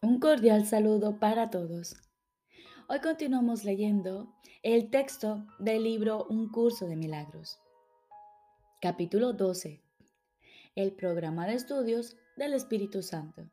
Un cordial saludo para todos. Hoy continuamos leyendo el texto del libro Un curso de milagros, capítulo 12, el programa de estudios del Espíritu Santo.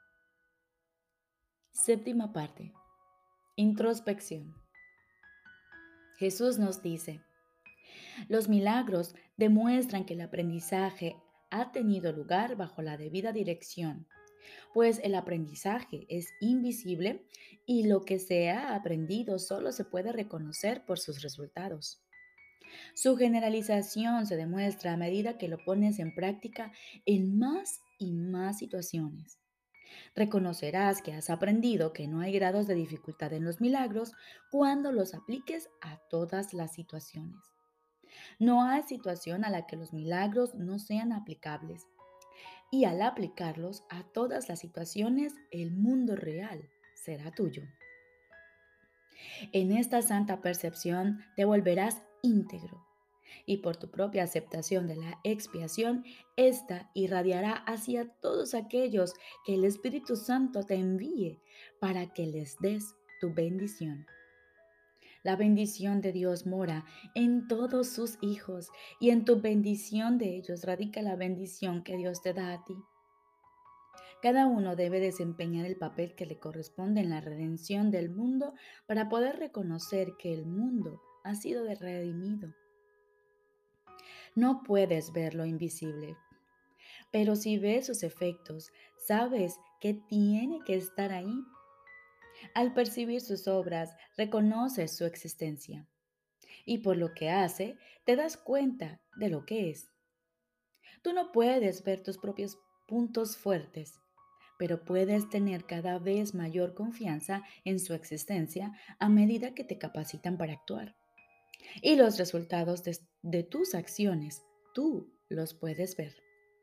Séptima parte, introspección. Jesús nos dice, los milagros demuestran que el aprendizaje ha tenido lugar bajo la debida dirección, pues el aprendizaje es invisible y lo que se ha aprendido solo se puede reconocer por sus resultados. Su generalización se demuestra a medida que lo pones en práctica en más y más situaciones. Reconocerás que has aprendido que no hay grados de dificultad en los milagros cuando los apliques a todas las situaciones. No hay situación a la que los milagros no sean aplicables, y al aplicarlos a todas las situaciones, el mundo real será tuyo. En esta santa percepción te volverás íntegro y por tu propia aceptación de la expiación, ésta irradiará hacia todos aquellos que el Espíritu Santo te envíe para que les des tu bendición. La bendición de Dios mora en todos sus hijos y en tu bendición de ellos radica la bendición que Dios te da a ti. Cada uno debe desempeñar el papel que le corresponde en la redención del mundo para poder reconocer que el mundo ha sido redimido. No puedes ver lo invisible, pero si ves sus efectos, sabes que tiene que estar ahí. Al percibir sus obras, reconoces su existencia y por lo que hace, te das cuenta de lo que es. Tú no puedes ver tus propios puntos fuertes, pero puedes tener cada vez mayor confianza en su existencia a medida que te capacitan para actuar. Y los resultados de tus acciones, tú los puedes ver.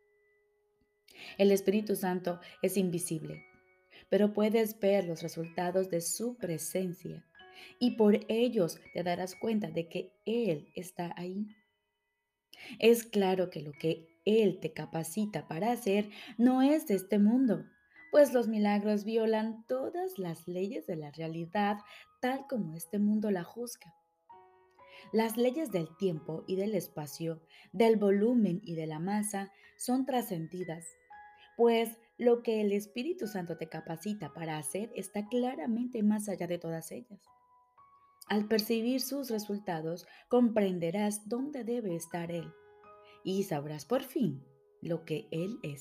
El Espíritu Santo es invisible, pero puedes ver los resultados de su presencia y por ellos te darás cuenta de que Él está ahí. Es claro que lo que Él te capacita para hacer no es de este mundo, pues los milagros violan todas las leyes de la realidad tal como este mundo la juzga. Las leyes del tiempo y del espacio, del volumen y de la masa son trascendidas, pues lo que el Espíritu Santo te capacita para hacer está claramente más allá de todas ellas. Al percibir sus resultados, comprenderás dónde debe estar Él y sabrás por fin lo que Él es.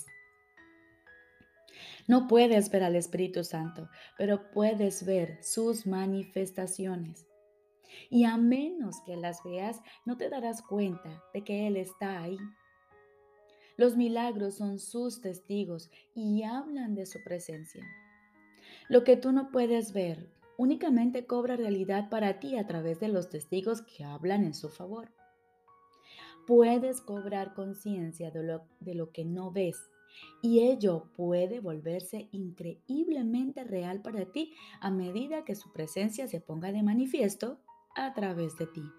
No puedes ver al Espíritu Santo, pero puedes ver sus manifestaciones. Y a menos que las veas, no te darás cuenta de que Él está ahí. Los milagros son sus testigos y hablan de su presencia. Lo que tú no puedes ver únicamente cobra realidad para ti a través de los testigos que hablan en su favor. Puedes cobrar conciencia de lo que no ves y ello puede volverse increíblemente real para ti a medida que su presencia se ponga de manifiesto a través de ti.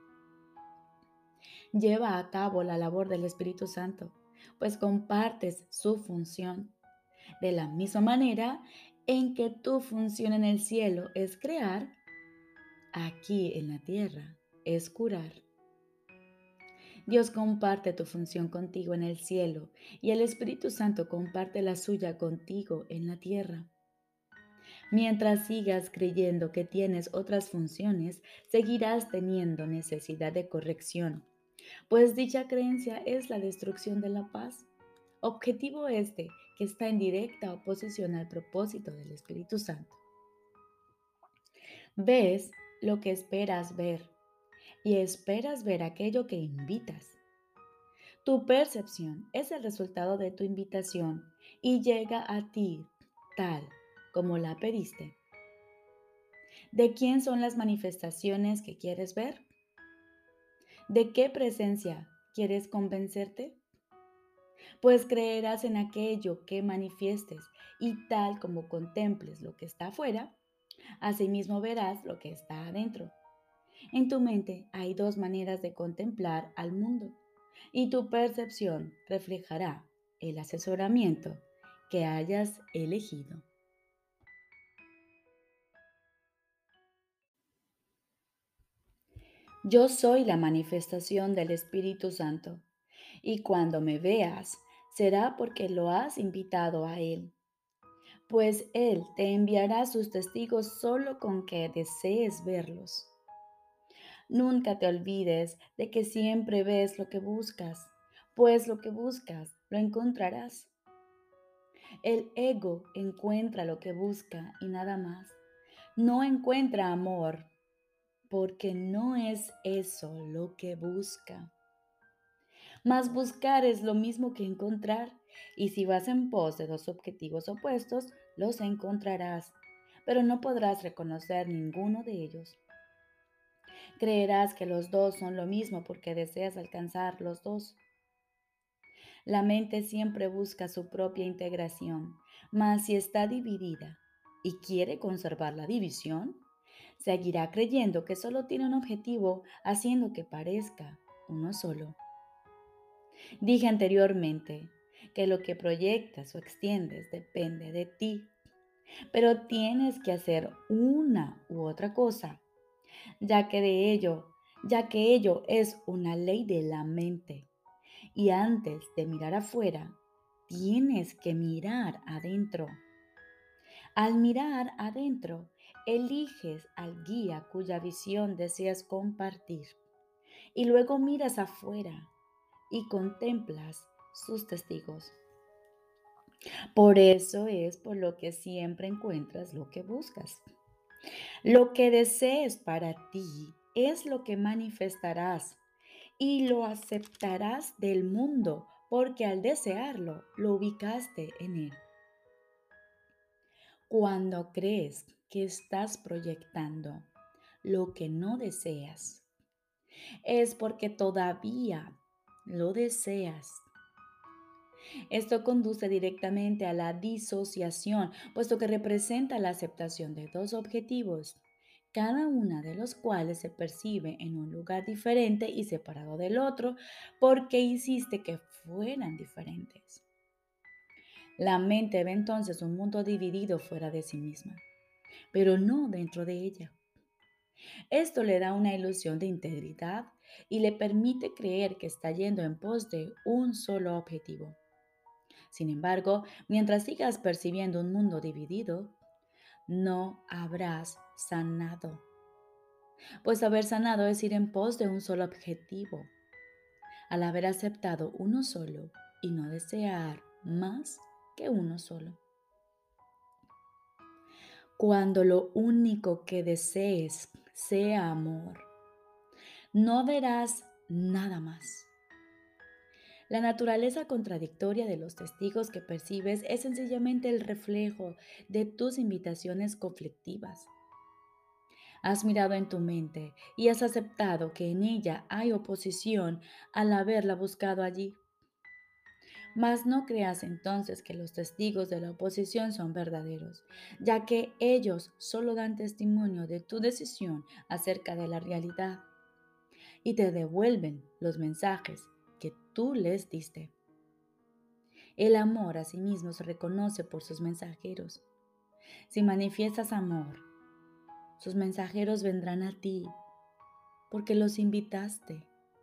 Lleva a cabo la labor del Espíritu Santo, pues compartes su función. De la misma manera en que tu función en el cielo es crear, aquí en la tierra es curar. Dios comparte tu función contigo en el cielo y el Espíritu Santo comparte la suya contigo en la tierra. Mientras sigas creyendo que tienes otras funciones, seguirás teniendo necesidad de corrección, pues dicha creencia es la destrucción de la paz. Objetivo este que está en directa oposición al propósito del Espíritu Santo. Ves lo que esperas ver y esperas ver aquello que invitas. Tu percepción es el resultado de tu invitación y llega a ti tal como la pediste. ¿De quién son las manifestaciones que quieres ver? ¿De qué presencia quieres convencerte? Pues creerás en aquello que manifiestes y tal como contemples lo que está afuera, asimismo verás lo que está adentro. En tu mente hay dos maneras de contemplar al mundo y tu percepción reflejará el asesoramiento que hayas elegido. Yo soy la manifestación del Espíritu Santo, y cuando me veas, será porque lo has invitado a Él, pues Él te enviará sus testigos solo con que desees verlos. Nunca te olvides de que siempre ves lo que buscas, pues lo que buscas lo encontrarás. El ego encuentra lo que busca y nada más. No encuentra amor, porque no es eso lo que busca. Mas buscar es lo mismo que encontrar, y si vas en pos de dos objetivos opuestos, los encontrarás, pero no podrás reconocer ninguno de ellos. Creerás que los dos son lo mismo porque deseas alcanzar los dos. La mente siempre busca su propia integración, mas si está dividida y quiere conservar la división, seguirá creyendo que solo tiene un objetivo, haciendo que parezca uno solo. Dije anteriormente que lo que proyectas o extiendes depende de ti, pero tienes que hacer una u otra cosa, ya que ello es una ley de la mente. Y antes de mirar afuera, tienes que mirar adentro. Al mirar adentro, eliges al guía cuya visión deseas compartir y luego miras afuera y contemplas sus testigos. Por eso es por lo que siempre encuentras lo que buscas. Lo que desees para ti es lo que manifestarás y lo aceptarás del mundo porque al desearlo lo ubicaste en él. Cuando crees que estás proyectando lo que no deseas, es porque todavía lo deseas. Esto conduce directamente a la disociación, puesto que representa la aceptación de dos objetivos, cada una de los cuales se percibe en un lugar diferente y separado del otro, porque hiciste que fueran diferentes. La mente ve entonces un mundo dividido fuera de sí misma, pero no dentro de ella. Esto le da una ilusión de integridad y le permite creer que está yendo en pos de un solo objetivo. Sin embargo, mientras sigas percibiendo un mundo dividido, no habrás sanado, pues haber sanado es ir en pos de un solo objetivo, al haber aceptado uno solo y no desear más que uno solo. Cuando lo único que desees sea amor, no verás nada más. La naturaleza contradictoria de los testigos que percibes es sencillamente el reflejo de tus invitaciones conflictivas. Has mirado en tu mente y has aceptado que en ella hay oposición al haberla buscado allí. Mas no creas entonces que los testigos de la oposición son verdaderos, ya que ellos solo dan testimonio de tu decisión acerca de la realidad y te devuelven los mensajes que tú les diste. El amor a sí mismo se reconoce por sus mensajeros. Si manifiestas amor, sus mensajeros vendrán a ti porque los invitaste.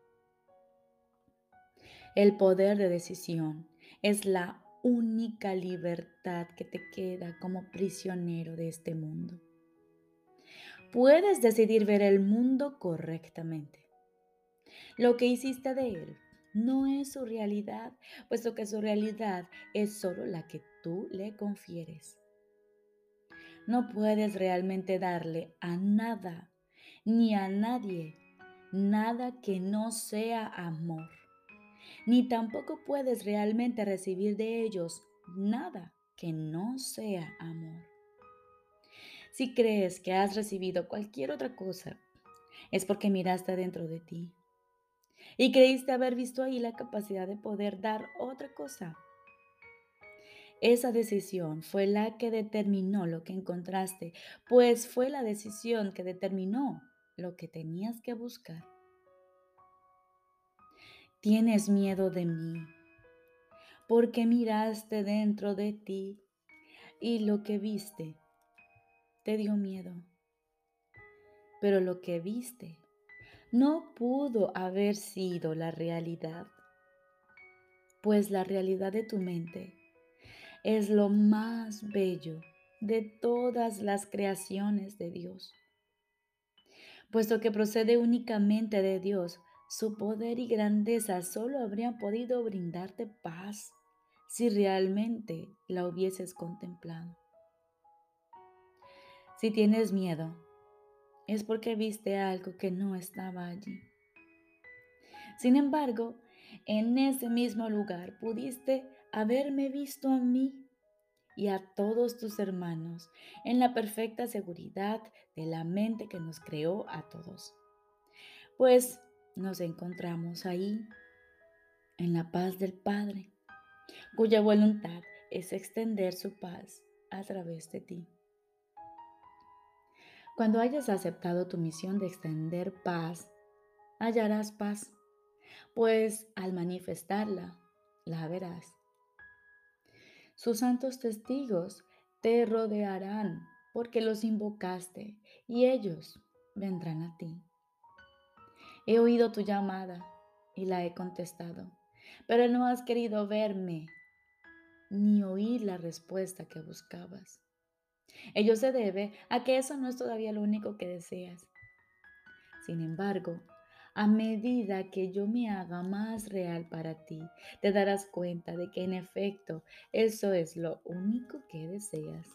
El poder de decisión es la única libertad que te queda como prisionero de este mundo. Puedes decidir ver el mundo correctamente. Lo que hiciste de él no es su realidad, puesto que su realidad es solo la que tú le confieres. No puedes realmente darle a nada ni a nadie nada que no sea amor, ni tampoco puedes realmente recibir de ellos nada que no sea amor. Si crees que has recibido cualquier otra cosa, es porque miraste dentro de ti y creíste haber visto ahí la capacidad de poder dar otra cosa. Esa decisión fue la que determinó lo que encontraste, pues fue la decisión que determinó lo que tenías que buscar. Tienes miedo de mí, porque miraste dentro de ti y lo que viste te dio miedo. Pero lo que viste no pudo haber sido la realidad, pues la realidad de tu mente es lo más bello de todas las creaciones de Dios. Puesto que procede únicamente de Dios, su poder y grandeza solo habrían podido brindarte paz si realmente la hubieses contemplado. Si tienes miedo, es porque viste algo que no estaba allí. Sin embargo, en ese mismo lugar pudiste haberme visto a mí y a todos tus hermanos en la perfecta seguridad de la mente que nos creó a todos. Pues nos encontramos ahí, en la paz del Padre, cuya voluntad es extender su paz a través de ti. Cuando hayas aceptado tu misión de extender paz, hallarás paz, pues al manifestarla, la verás. Sus santos testigos te rodearán porque los invocaste y ellos vendrán a ti. He oído tu llamada y la he contestado, pero no has querido verme ni oír la respuesta que buscabas. Ello se debe a que eso no es todavía lo único que deseas. Sin embargo, a medida que yo me haga más real para ti, te darás cuenta de que en efecto eso es lo único que deseas.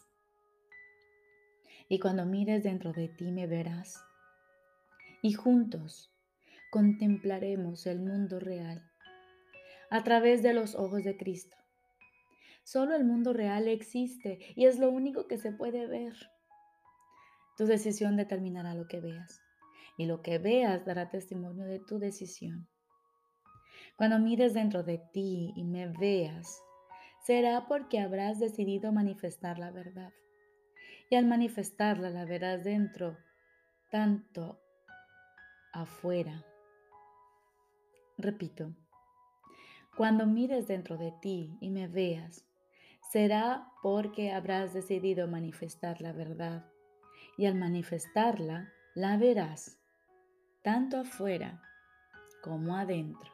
Y cuando mires dentro de ti me verás. Y juntos contemplaremos el mundo real a través de los ojos de Cristo. Solo el mundo real existe y es lo único que se puede ver. Tu decisión determinará lo que veas y lo que veas dará testimonio de tu decisión. Cuando mires dentro de ti y me veas, será porque habrás decidido manifestar la verdad. Y al manifestarla la verás dentro, tanto afuera. Repito, cuando mires dentro de ti y me veas, será porque habrás decidido manifestar la verdad. Y al manifestarla, la verás, tanto afuera como adentro.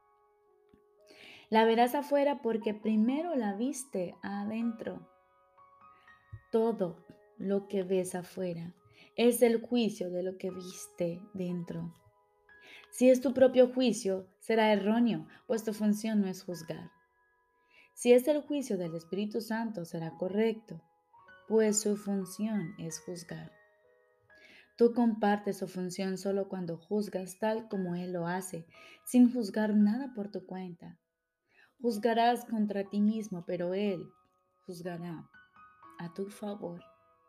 La verás afuera porque primero la viste adentro. Todo lo que ves afuera es el juicio de lo que viste dentro. Si es tu propio juicio, será erróneo, pues tu función no es juzgar. Si es el juicio del Espíritu Santo, será correcto, pues su función es juzgar. Tú compartes su función solo cuando juzgas tal como Él lo hace, sin juzgar nada por tu cuenta. Juzgarás contra ti mismo, pero Él juzgará a tu favor.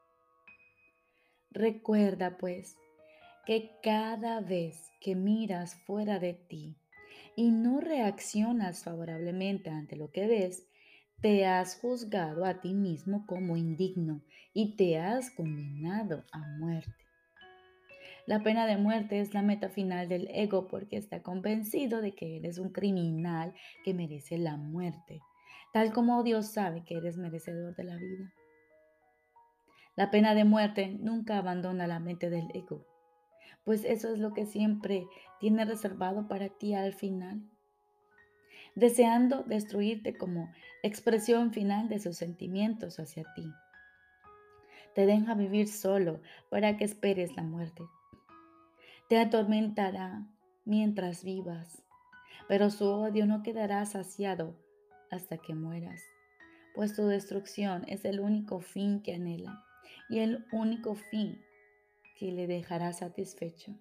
Recuerda, pues, que cada vez que miras fuera de ti y no reaccionas favorablemente ante lo que ves, te has juzgado a ti mismo como indigno y te has condenado a muerte. La pena de muerte es la meta final del ego porque está convencido de que eres un criminal que merece la muerte, tal como Dios sabe que eres merecedor de la vida. La pena de muerte nunca abandona la mente del ego, pues eso es lo que siempre tiene reservado para ti al final, deseando destruirte como expresión final de sus sentimientos hacia ti. Te deja vivir solo para que esperes la muerte. Te atormentará mientras vivas, pero su odio no quedará saciado hasta que mueras, pues tu destrucción es el único fin que anhela y el único fin que le dejará satisfecho.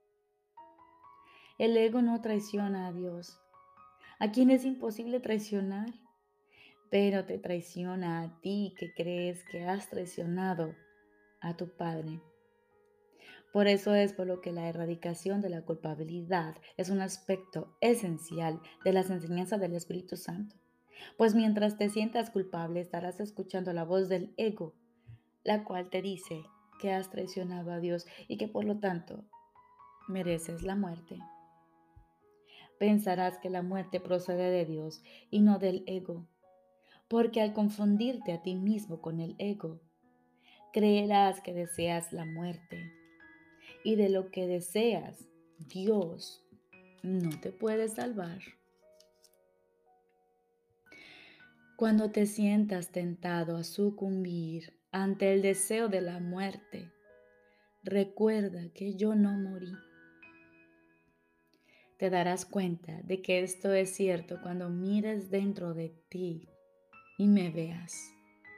El ego no traiciona a Dios, a quien es imposible traicionar, pero te traiciona a ti que crees que has traicionado a tu Padre. Por eso es por lo que la erradicación de la culpabilidad es un aspecto esencial de las enseñanzas del Espíritu Santo. Pues mientras te sientas culpable estarás escuchando la voz del ego, la cual te dice que has traicionado a Dios y que por lo tanto mereces la muerte. Pensarás que la muerte procede de Dios y no del ego, porque al confundirte a ti mismo con el ego, creerás que deseas la muerte y de lo que deseas Dios no te puede salvar. Cuando te sientas tentado a sucumbir ante el deseo de la muerte, recuerda que yo no morí. Te darás cuenta de que esto es cierto cuando mires dentro de ti y me veas.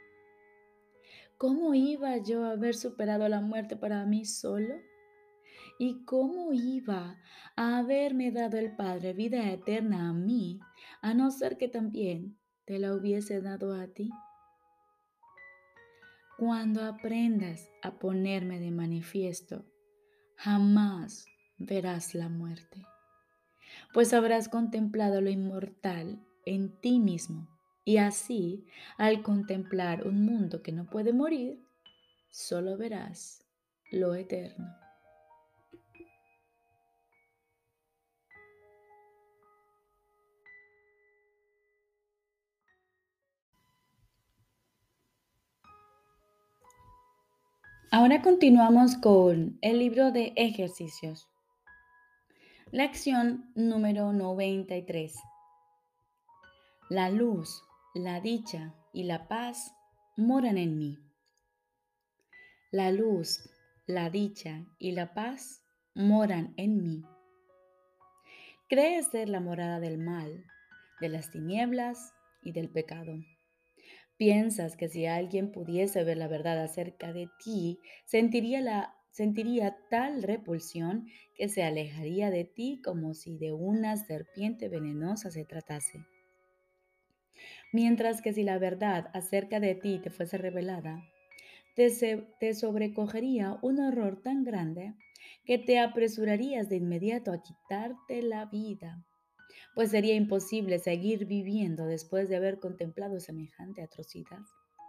¿Cómo iba yo a haber superado la muerte para mí solo? ¿Y cómo iba a haberme dado el Padre vida eterna a mí, a no ser que también te la hubiese dado a ti? Cuando aprendas a ponerme de manifiesto, jamás verás la muerte, pues habrás contemplado lo inmortal en ti mismo, y así, al contemplar un mundo que no puede morir, solo verás lo eterno. Ahora continuamos con el libro de ejercicios. Lección número 93. La luz, la dicha y la paz moran en mí. La luz, la dicha y la paz moran en mí. Crees ser la morada del mal, de las tinieblas y del pecado. Piensas que si alguien pudiese ver la verdad acerca de ti, sentiría tal repulsión que se alejaría de ti como si de una serpiente venenosa se tratase. Mientras que si la verdad acerca de ti te fuese revelada, te sobrecogería un horror tan grande que te apresurarías de inmediato a quitarte la vida, pues sería imposible seguir viviendo después de haber contemplado semejante atrocidad.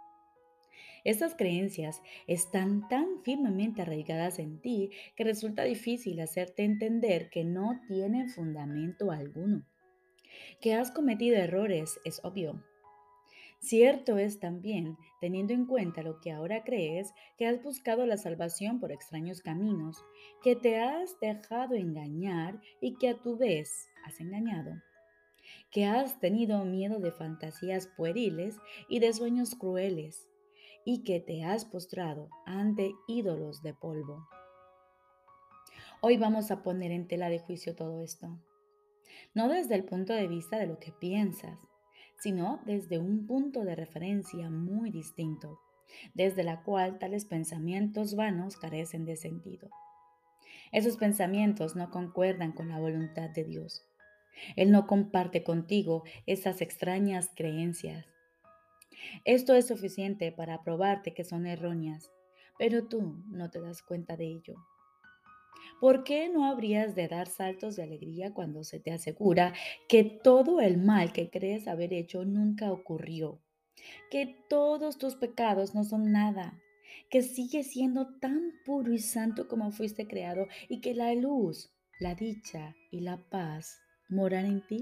Estas creencias están tan firmemente arraigadas en ti que resulta difícil hacerte entender que no tienen fundamento alguno. Que has cometido errores es obvio. Cierto es también, teniendo en cuenta lo que ahora crees, que has buscado la salvación por extraños caminos, que te has dejado engañar y que a tu vez has engañado, que has tenido miedo de fantasías pueriles y de sueños crueles, y que te has postrado ante ídolos de polvo. Hoy vamos a poner en tela de juicio todo esto, no desde el punto de vista de lo que piensas, sino desde un punto de referencia muy distinto, desde la cual tales pensamientos vanos carecen de sentido. Esos pensamientos no concuerdan con la voluntad de Dios. Él no comparte contigo esas extrañas creencias. Esto es suficiente para probarte que son erróneas, pero tú no te das cuenta de ello. ¿Por qué no habrías de dar saltos de alegría cuando se te asegura que todo el mal que crees haber hecho nunca ocurrió? Que todos tus pecados no son nada, que sigues siendo tan puro y santo como fuiste creado y que la luz, la dicha y la paz moran en ti.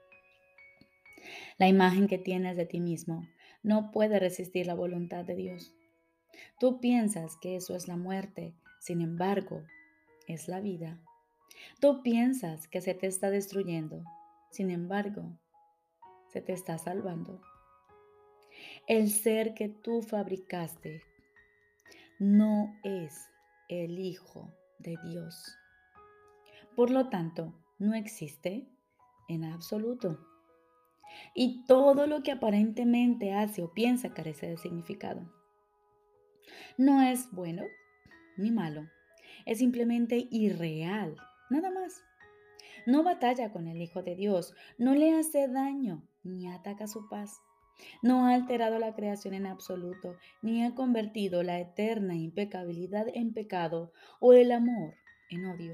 La imagen que tienes de ti mismo no puede resistir la voluntad de Dios. Tú piensas que eso es la muerte, sin embargo, es la vida. Tú piensas que se te está destruyendo, sin embargo, se te está salvando. El ser que tú fabricaste no es el Hijo de Dios. Por lo tanto, no existe en absoluto. Y todo lo que aparentemente hace o piensa carece de significado. No es bueno ni malo. Es simplemente irreal, nada más. No batalla con el Hijo de Dios, no le hace daño ni ataca su paz. No ha alterado la creación en absoluto, ni ha convertido la eterna impecabilidad en pecado o el amor en odio.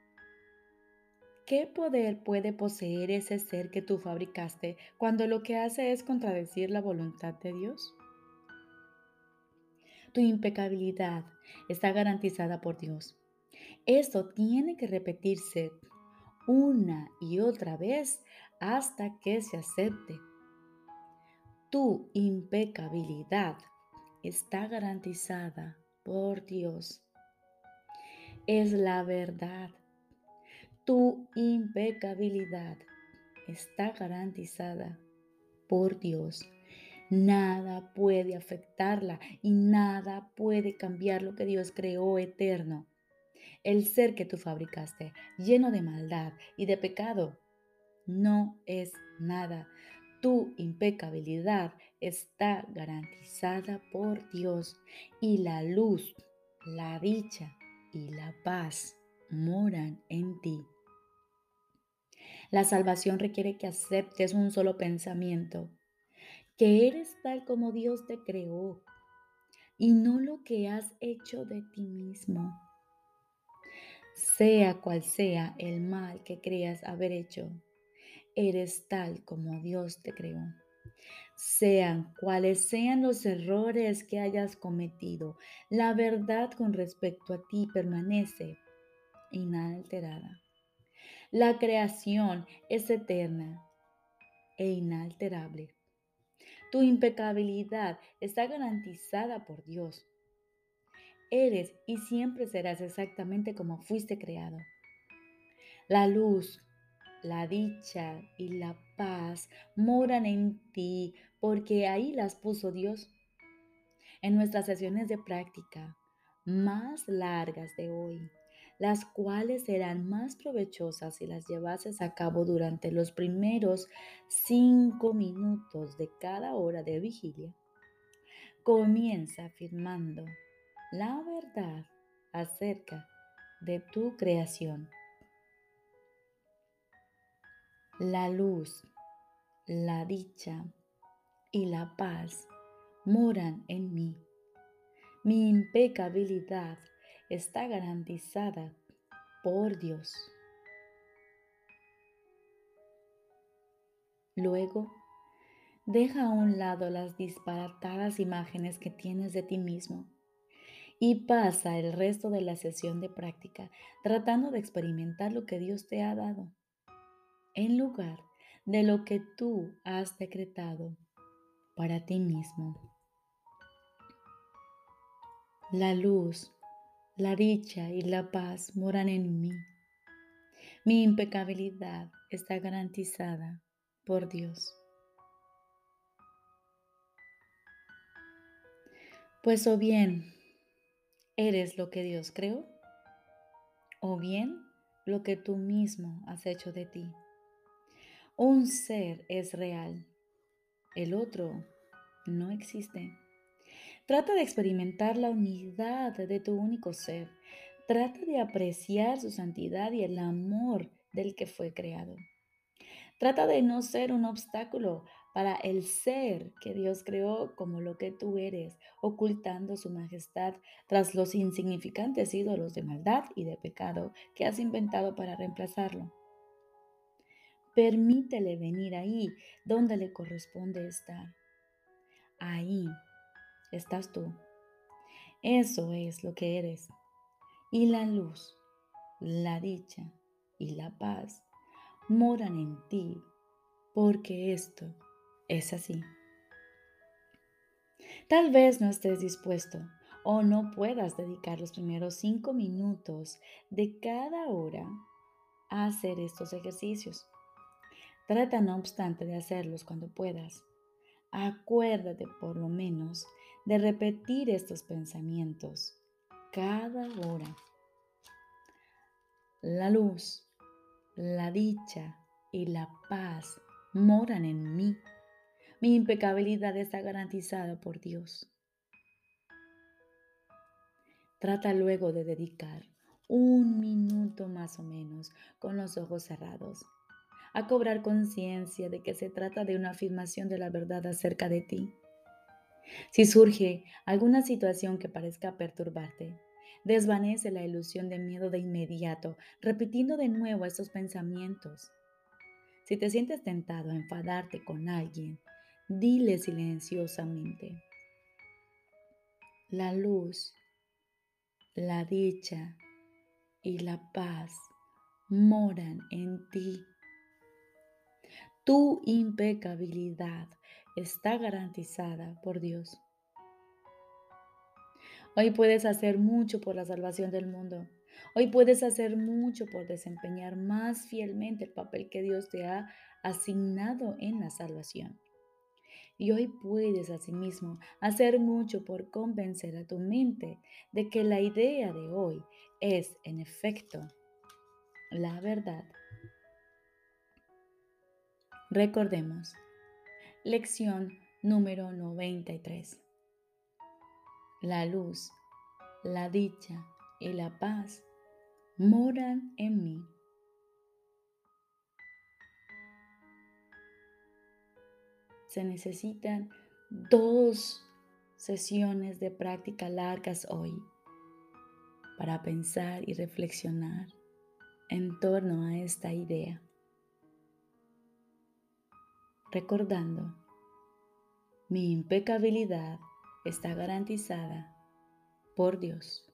¿Qué poder puede poseer ese ser que tú fabricaste cuando lo que hace es contradecir la voluntad de Dios? Tu impecabilidad está garantizada por Dios. Esto tiene que repetirse una y otra vez hasta que se acepte. Tu impecabilidad está garantizada por Dios. Es la verdad. Tu impecabilidad está garantizada por Dios. Nada puede afectarla y nada puede cambiar lo que Dios creó eterno. El ser que tú fabricaste, lleno de maldad y de pecado, no es nada. Tu impecabilidad está garantizada por Dios y la luz, la dicha y la paz moran en ti. La salvación requiere que aceptes un solo pensamiento, que eres tal como Dios te creó y no lo que has hecho de ti mismo. Sea cual sea el mal que creas haber hecho, eres tal como Dios te creó. Sean cuales sean los errores que hayas cometido, la verdad con respecto a ti permanece inalterada. La creación es eterna e inalterable. Tu impecabilidad está garantizada por Dios. Eres y siempre serás exactamente como fuiste creado. La luz, la dicha y la paz moran en ti porque ahí las puso Dios. En nuestras sesiones de práctica más largas de hoy, las cuales serán más provechosas si las llevases a cabo durante los primeros 5 minutos de cada hora de vigilia, comienza afirmando la verdad acerca de tu creación. La luz, la dicha y la paz moran en mí. Mi impecabilidad está garantizada por Dios. Luego, deja a un lado las disparatadas imágenes que tienes de ti mismo y pasa el resto de la sesión de práctica tratando de experimentar lo que Dios te ha dado, en lugar de lo que tú has decretado para ti mismo. La luz, la dicha y la paz moran en mí. Mi impecabilidad está garantizada por Dios. Pues o bien eres lo que Dios creó, o bien lo que tú mismo has hecho de ti. Un ser es real, el otro no existe. Trata de experimentar la unidad de tu único ser. Trata de apreciar su santidad y el amor del que fue creado. Trata de no ser un obstáculo para el ser que Dios creó como lo que tú eres, ocultando su majestad tras los insignificantes ídolos de maldad y de pecado que has inventado para reemplazarlo. Permítele venir ahí donde le corresponde estar. Ahí estás tú. Eso es lo que eres. Y la luz, la dicha y la paz moran en ti porque esto es así. Tal vez no estés dispuesto o no puedas dedicar los primeros 5 minutos de cada hora a hacer estos ejercicios. Trata, no obstante, de hacerlos cuando puedas. Acuérdate por lo menos de repetir estos pensamientos cada hora. La luz, la dicha y la paz moran en mí. Mi impecabilidad está garantizada por Dios. Trata luego de dedicar 1 minuto más o menos con los ojos cerrados a cobrar conciencia de que se trata de una afirmación de la verdad acerca de ti. Si surge alguna situación que parezca perturbarte, desvanece la ilusión de miedo de inmediato, repitiendo de nuevo estos pensamientos. Si te sientes tentado a enfadarte con alguien, dile silenciosamente: la luz, la dicha y la paz moran en ti. Tu impecabilidad está garantizada por Dios. Hoy puedes hacer mucho por la salvación del mundo. Hoy puedes hacer mucho por desempeñar más fielmente el papel que Dios te ha asignado en la salvación. Y hoy puedes asimismo hacer mucho por convencer a tu mente de que la idea de hoy es, en efecto, la verdad. Recordemos, lección número 93. La luz, la dicha y la paz moran en mí. Se necesitan 2 sesiones de práctica largas hoy para pensar y reflexionar en torno a esta idea, recordando, mi impecabilidad está garantizada por Dios.